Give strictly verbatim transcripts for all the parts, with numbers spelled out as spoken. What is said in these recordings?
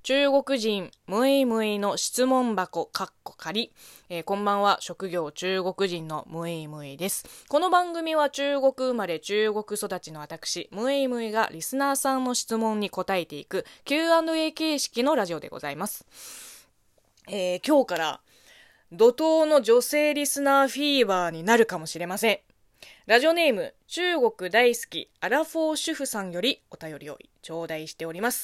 中国人ムイムイの質問箱かっこ仮、えー、こんばんは。職業中国人のムイムイです。この番組は中国生まれ中国育ちの私ムイムイがリスナーさんの質問に答えていく キューアンドエー 形式のラジオでございます。えー、今日から怒涛の女性リスナーフィーバーになるかもしれません。ラジオネーム中国大好きアラフォー主婦さんよりお便りを頂戴しております。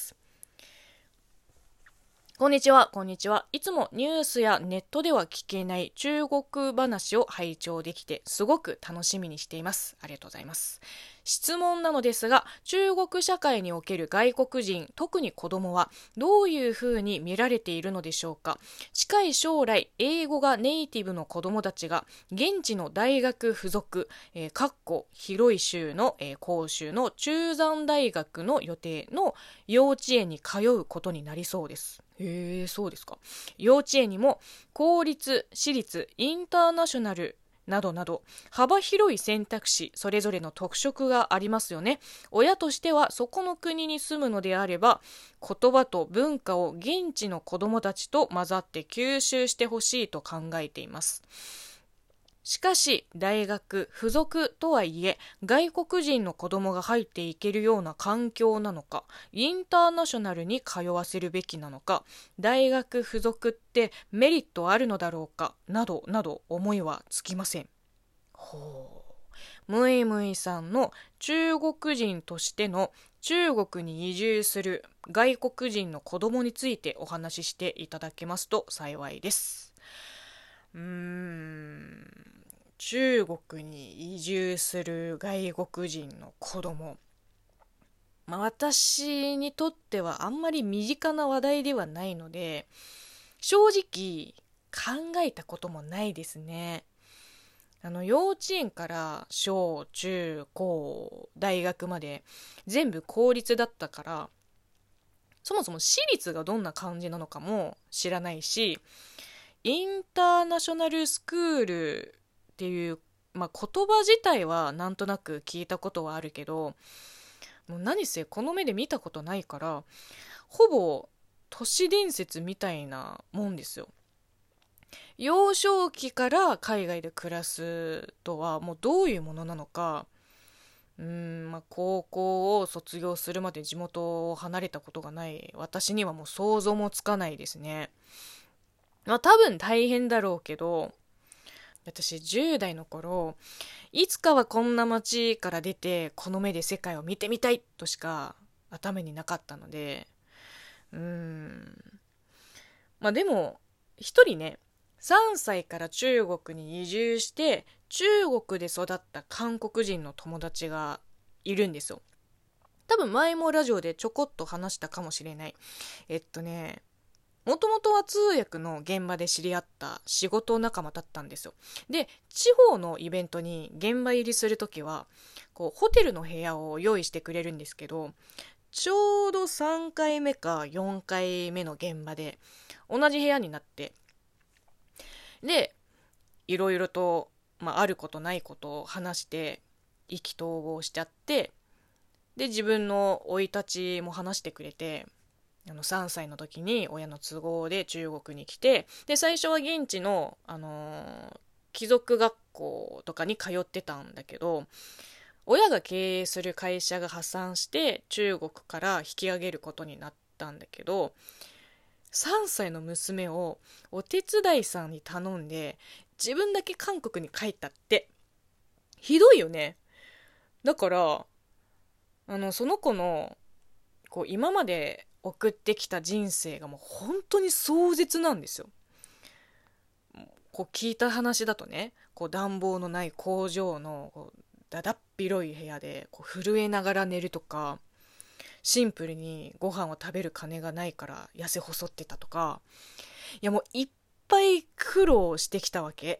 こんにちは、こんにちは。いつもニュースやネットでは聞けない中国話を拝聴できてすごく楽しみにしています。ありがとうございます。質問なのですが、中国社会における外国人、特に子供はどういうふうに見られているのでしょうか。近い将来、英語がネイティブの子供たちが現地の大学附属、えー、かっこ広い州の、えー、広州の中山大学の予定の幼稚園に通うことになりそうです。へえ、そうですか。幼稚園にも公立、私立、インターナショナルなどなど幅広い選択肢、それぞれの特色がありますよね。親としてはそこの国に住むのであれば、言葉と文化を現地の子どもたちと混ざって吸収してほしいと考えています。しかし大学附属とはいえ外国人の子供が入っていけるような環境なのか、インターナショナルに通わせるべきなのか、大学附属ってメリットあるのだろうか、などなど思いはつきません。ほう。ムイムイさんの中国人としての中国に移住する外国人の子供についてお話ししていただけますと幸いです。うーん中国に移住する外国人の子供、まあ、私にとってはあんまり身近な話題ではないので正直考えたこともないですね。あの幼稚園から小中高大学まで全部公立だったから、そもそも私立がどんな感じなのかも知らないし、インターナショナルスクールっていう、まあ、言葉自体はなんとなく聞いたことはあるけど、もう何せこの目で見たことないから、ほぼ都市伝説みたいなもんですよ。幼少期から海外で暮らすとはもうどういうものなのか、うーん、まあ、高校を卒業するまで地元を離れたことがない私にはもう想像もつかないですね。まあ多分大変だろうけど、私じゅう代の頃、いつかはこんな街から出てこの目で世界を見てみたいとしか頭になかったので、うーんまあでも一人ね、さんさいから中国に移住して中国で育った韓国人の友達がいるんですよ。多分前もラジオでちょこっと話したかもしれない。えっとねもともとは通訳の現場で知り合った仕事仲間だったんですよ。で、地方のイベントに現場入りするときは、こう、ホテルの部屋を用意してくれるんですけど、ちょうどさんかいめかよんかいめの現場で、同じ部屋になって、で、いろいろと、まあ、あることないことを話して、意気投合しちゃって、で、自分の生い立ちも話してくれて、あのさんさいの時に親の都合で中国に来て、で最初は現地の、あのー貴族学校とかに通ってたんだけど、親が経営する会社が破産して中国から引き上げることになったんだけど、さんさいの娘をお手伝いさんに頼んで自分だけ韓国に帰ったって。ひどいよね。だからあのその子のこう今まで送ってきた人生がもう本当に壮絶なんですよ。こう聞いた話だとね、こう暖房のない工場のこうだだっ広い部屋でこう震えながら寝るとか、シンプルにご飯を食べる金がないから痩せ細ってたとか、いやもういっぱい苦労してきたわけ。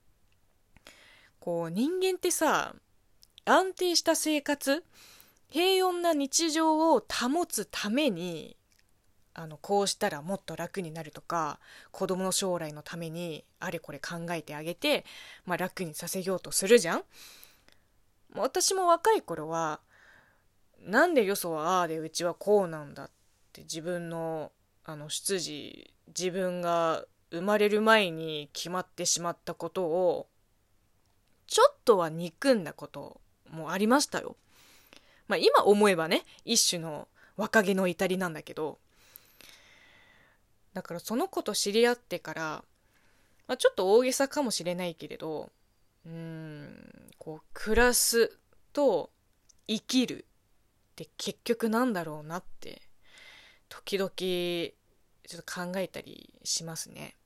こう人間ってさ、安定した生活、平穏な日常を保つために、あのこうしたらもっと楽になるとか、子供の将来のためにあれこれ考えてあげて、まあ、楽にさせようとするじゃん。私も若い頃はなんでよそはああでうちはこうなんだって自分のあの出自自分が生まれる前に決まってしまったことをちょっとは憎んだこともありましたよ。まあ今思えばね、一種の若気の至りなんだけど、だからその子と知り合ってから、まあ、ちょっと大げさかもしれないけれど、うーんこう暮らすと生きるって結局なんだろうなって時々ちょっと考えたりしますね。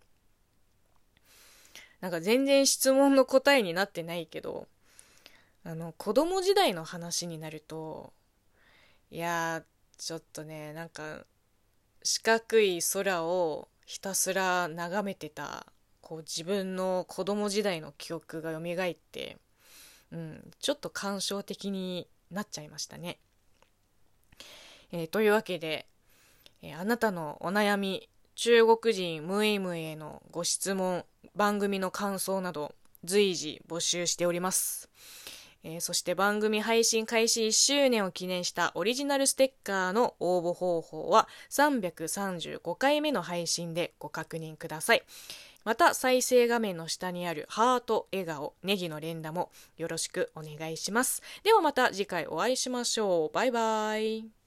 なんか全然質問の答えになってないけど、あの子供時代の話になると、いやーちょっとね、なんか四角い空をひたすら眺めてたこう自分の子供時代の記憶が蘇って、うん、ちょっと感傷的になっちゃいましたね。えーというわけで、えーあなたのお悩み、中国人ムイムイへのご質問、番組の感想など随時募集しております。えーそして番組配信開始いっしゅうねんを記念したオリジナルステッカーの応募方法はさんびゃくさんじゅうごかいめの配信でご確認ください。また再生画面の下にあるハート、笑顔、ネギの連打もよろしくお願いします。ではまた次回お会いしましょう。バイバイ。